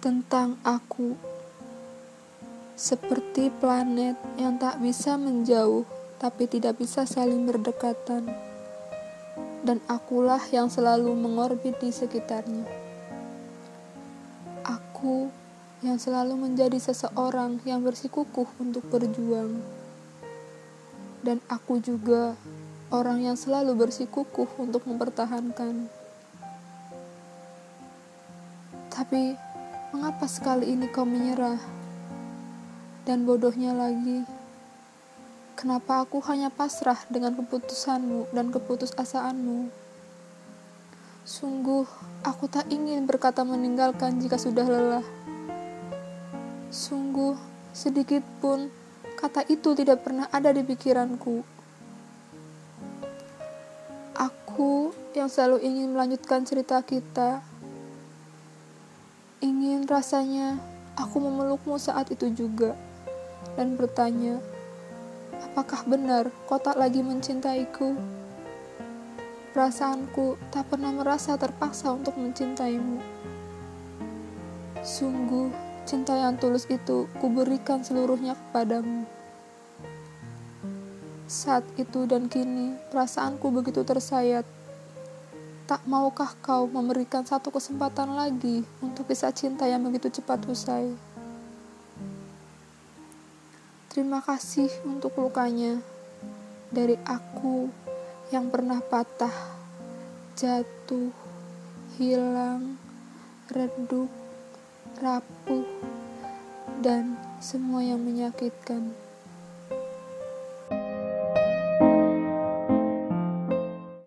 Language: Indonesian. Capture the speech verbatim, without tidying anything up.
tentang aku, seperti planet yang tak bisa menjauh tapi tidak bisa saling berdekatan, dan akulah yang selalu mengorbit di sekitarnya. Aku yang selalu menjadi seseorang yang bersikukuh untuk berjuang, dan aku juga orang yang selalu bersikukuh untuk mempertahankan. Tapi mengapa sekali ini kau menyerah? Dan bodohnya lagi, kenapa aku hanya pasrah dengan keputusanmu dan keputusasaanmu? Sungguh, aku tak ingin berkata meninggalkan jika sudah lelah. Sungguh, sedikit pun kata itu tidak pernah ada di pikiranku. Aku yang selalu ingin melanjutkan cerita kita, ingin rasanya aku memelukmu saat itu juga, dan bertanya, apakah benar kau tak lagi mencintaiku? Perasaanku tak pernah merasa terpaksa untuk mencintaimu. Sungguh, cinta yang tulus itu kuberikan seluruhnya kepadamu. Saat itu dan kini, perasaanku begitu tersayat. Tak maukah kau memberikan satu kesempatan lagi untuk kisah cinta yang begitu cepat usai? Terima kasih untuk lukanya dari aku yang pernah patah, jatuh, hilang, redup, rapuh, dan semua yang menyakitkan.